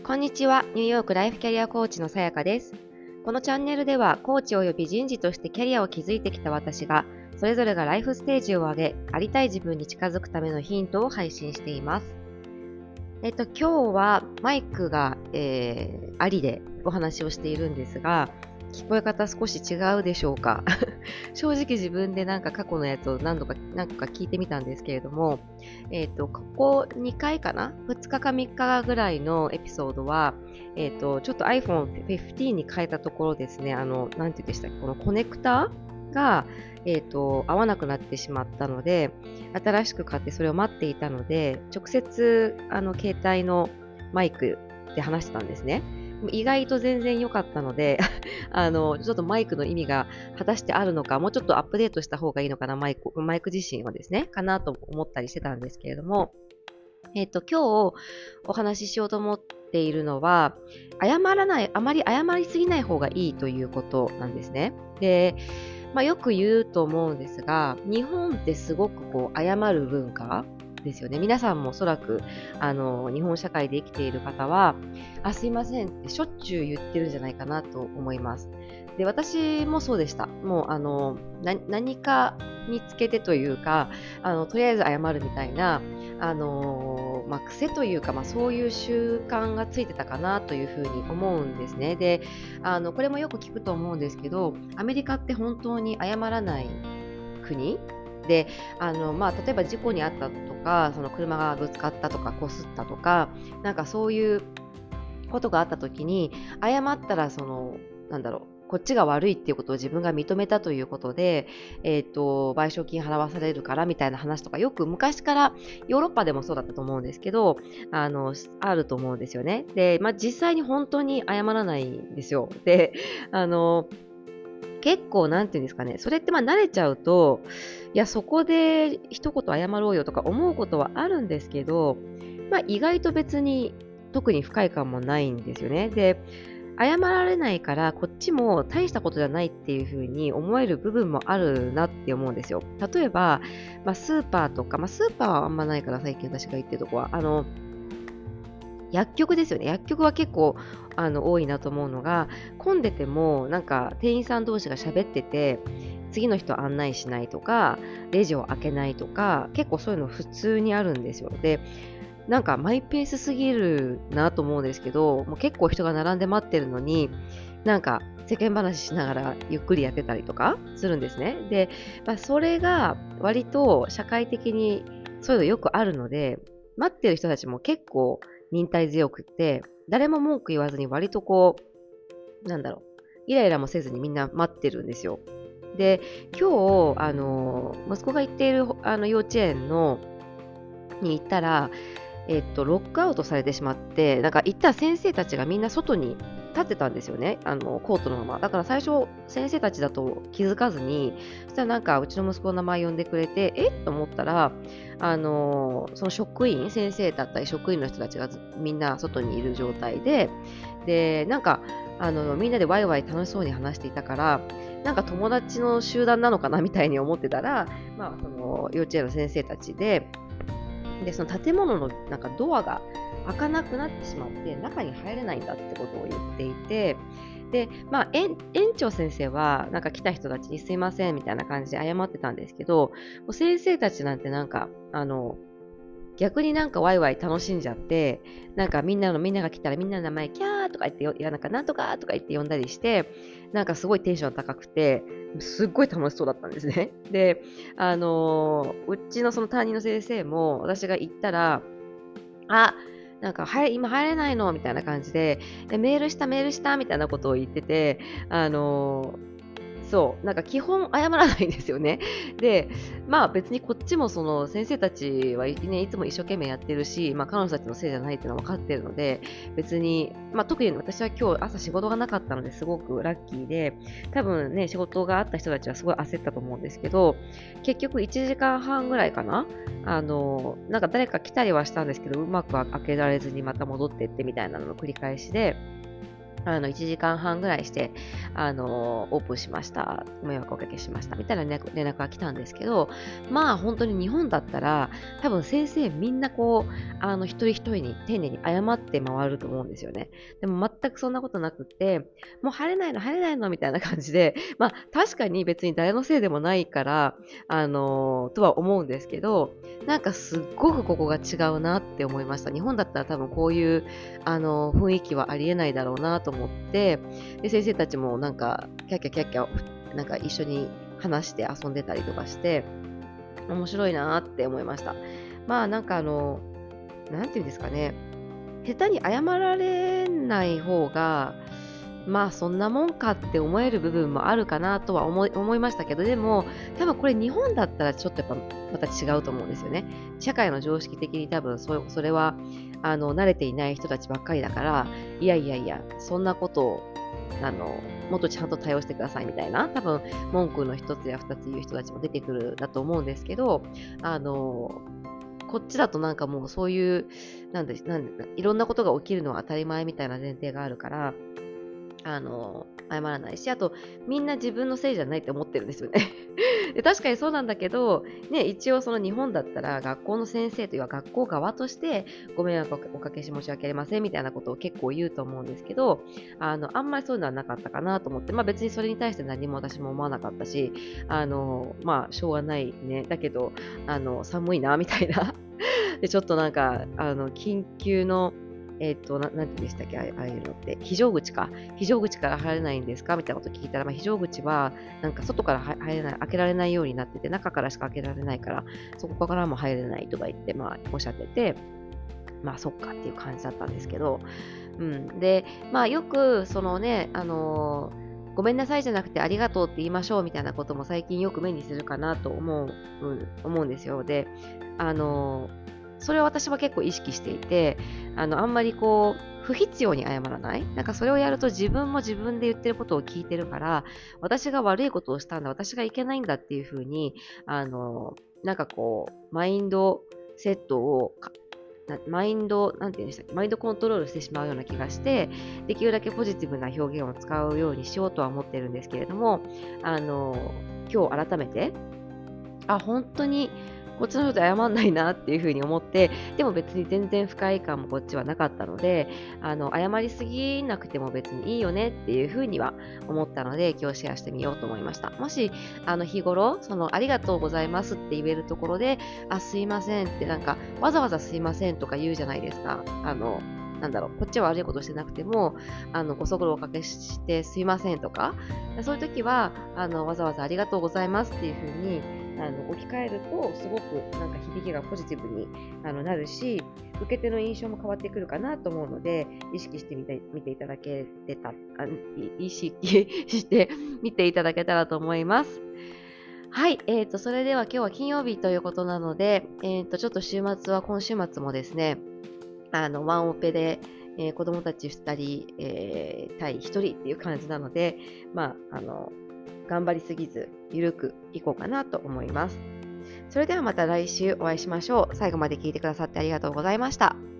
こんにちは。ニューヨークライフキャリアコーチのさやかです。このチャンネルでは、コーチ及び人事としてキャリアを築いてきた私が、それぞれがライフステージを上げ、ありたい自分に近づくためのヒントを配信しています。今日はマイクが、ありでお話をしているんですが、聞こえ方少し違うでしょうか。正直自分でなんか過去のやつを何度か聞いてみたんですけれども、ここ2回かな ?2 日か3日ぐらいのエピソードは、ちょっと iPhone 15に変えたところですね、なんて言うんでしたっけ、このコネクタが、合わなくなってしまったので、新しく買ってそれを待っていたので、直接、携帯のマイクで話してたんですね。意外と全然良かったので、ちょっとマイクの意味が果たしてあるのか、もうちょっとアップデートした方がいいのかな、マイク自身はですね、かなと思ったりしてたんですけれども、今日お話ししようと思っているのは、あまり謝りすぎない方がいいということなんですね。で、よく言うと思うんですが、日本ってすごく謝る文化ですよね。皆さんもおそらく、日本社会で生きている方は、すいませんってしょっちゅう言ってるんじゃないかなと思います。で、私もそうでした。もう、何かにつけてというか、とりあえず謝るみたいな、癖というか、そういう習慣がついてたかなというふうに思うんですね。で、これもよく聞くと思うんですけど、アメリカって本当に謝らない国で、例えば事故に遭ったとか、その車がぶつかったとか、擦ったとか、なんかそういうことがあった時に、謝ったら、こっちが悪いっていうことを自分が認めたということで、賠償金払わされるからみたいな話とか、よく昔からヨーロッパでもそうだったと思うんですけど、あると思うんですよね。で、実際に本当に謝らないんですよ。で、結構なんていうんですかね、それって慣れちゃうと、いや、そこで一言謝ろうよとか思うことはあるんですけど、意外と別に特に不快感もないんですよね。で、謝られないから、こっちも大したことじゃないっていう風に思える部分もあるなって思うんですよ。例えば、スーパーとか、スーパーはあんまないから最近私が行ってるとこは、薬局ですよね。薬局は結構多いなと思うのが、混んでてもなんか店員さん同士が喋ってて、次の人案内しないとか、レジを開けないとか、結構そういうの普通にあるんですよ。で、なんかマイペースすぎるなと思うんですけど、もう結構人が並んで待ってるのに、なんか世間話しながらゆっくりやってたりとかするんですね。で、それが割と社会的にそういうのよくあるので、待ってる人たちも結構忍耐強くって、誰も文句言わずに割とイライラもせずにみんな待ってるんですよ。で、今日、息子が行っている幼稚園に行ったら、ロックアウトされてしまって、なんか行ったら先生たちがみんな外に立ってたんですよね。コートのまま。だから最初、先生たちだと気づかずに、そしたらなんかうちの息子の名前呼んでくれて、と思ったら、その先生だったり職員の人たちがみんな外にいる状態で、なんか、みんなでワイワイ楽しそうに話していたから、なんか友達の集団なのかなみたいに思ってたら、その幼稚園の先生たちで、その建物のなんかドアが開かなくなってしまって、中に入れないんだってことを言っていて、で、園長先生は、なんか来た人たちにすいませんみたいな感じで謝ってたんですけど、もう先生たちなんてなんか、逆になんかワイワイ楽しんじゃって、なんかみんなが来たらみんなの名前キャーとか言って、なんかなんとかとか言って呼んだりして、なんかすごいテンション高くて、すっごい楽しそうだったんですね。で、うちのその担任の先生も私が行ったら、なんか、今入れないのみたいな感じで、メールしたみたいなことを言ってて、そう、なんか基本謝らないんですよね。で、別にこっちもその先生たちは、ね、いつも一生懸命やってるし、彼女たちのせいじゃないっていうのは分かってるので、別に、特に私は今日朝仕事がなかったのですごくラッキーで、多分ね、仕事があった人たちはすごい焦ったと思うんですけど、結局1時間半ぐらいかな、なんか誰か来たりはしたんですけど、うまく開けられずにまた戻ってってみたいなのの繰り返しで、 1時間半ぐらいして、オープンしました。ご迷惑をおかけしました。みたいな連絡が来たんですけど、まあ本当に日本だったら、多分先生みんなこう、一人一人に丁寧に謝って回ると思うんですよね。でも全くそんなことなくって、もう入れないのみたいな感じで、まあ確かに別に誰のせいでもないから、とは思うんですけど、なんかすっごくここが違うなって思いました。日本だったら多分こういう、雰囲気はありえないだろうなと思って、で、先生たちもなんか、キャッキャキャッキャ、なんか一緒に話して遊んでたりとかして、面白いなって思いました。まあなんかなんていうんですかね、下手に謝られない方が、まあそんなもんかって思える部分もあるかなとは思いましたけど、でも多分これ日本だったらちょっとやっぱまた違うと思うんですよね。社会の常識的に多分それは慣れていない人たちばっかりだから、いやいやいや、そんなことをもっとちゃんと対応してくださいみたいな、多分文句の一つや二つ言う人たちも出てくるだと思うんですけど、こっちだとなんかもうそういう、いろんなことが起きるのは当たり前みたいな前提があるから、謝らないし、あと、みんな自分のせいじゃないって思ってるんですよね。で確かにそうなんだけど、ね、一応その日本だったら学校の先生というか学校側としてご迷惑をおかけし申し訳ありませんみたいなことを結構言うと思うんですけど、あんまりそういうのはなかったかなと思って、まあ別にそれに対して何も私も思わなかったし、まあしょうがないね。だけど、寒いな、みたいな。で、ちょっとなんか、緊急の、なんて言うんでしたっけ、ああいうのって、非常口か。非常口から入れないんですかみたいなこと聞いたら、まあ、非常口は、なんか外から入れない、開けられないようになってて、中からしか開けられないから、そこからも入れないとか言って、まあ、おっしゃってて、まあ、そっかっていう感じだったんですけど、うん。で、まあ、よく、そのね、ごめんなさいじゃなくてありがとうって言いましょうみたいなことも最近よく目にするかなと思うんですよ。で、それを私は結構意識していて、あんまりこう、不必要に謝らない。なんかそれをやると自分も自分で言ってることを聞いてるから、私が悪いことをしたんだ、私がいけないんだっていうふうに、なんかこう、マインドセットをなんて言うんでしたっけ、マインドコントロールしてしまうような気がして、できるだけポジティブな表現を使うようにしようとは思ってるんですけれども、今日改めて、本当にこっちの人と謝んないなっていうふうに思って、でも別に全然不快感もこっちはなかったので、謝りすぎなくても別にいいよねっていうふうには思ったので、今日シェアしてみようと思いました。もし、日頃、ありがとうございますって言えるところで、すいませんってなんか、わざわざすいませんとか言うじゃないですか。なんだろう、こっちは悪いことしてなくても、ご足労おかけしてすいませんとか、そういう時は、わざわざありがとうございますっていうふうに、置き換えると、すごくなんか響きがポジティブになるし、受け手の印象も変わってくるかなと思うので、意識して見ていただけてた、意識して見ていただけたらと思います。はい、それでは今日は金曜日ということなので、ちょっと今週末もですね、ワンオペで、子供たち2人、対1人っていう感じなので、まあ、頑張りすぎず、ゆるくいこうかなと思います。それではまた来週お会いしましょう。最後まで聞いてくださってありがとうございました。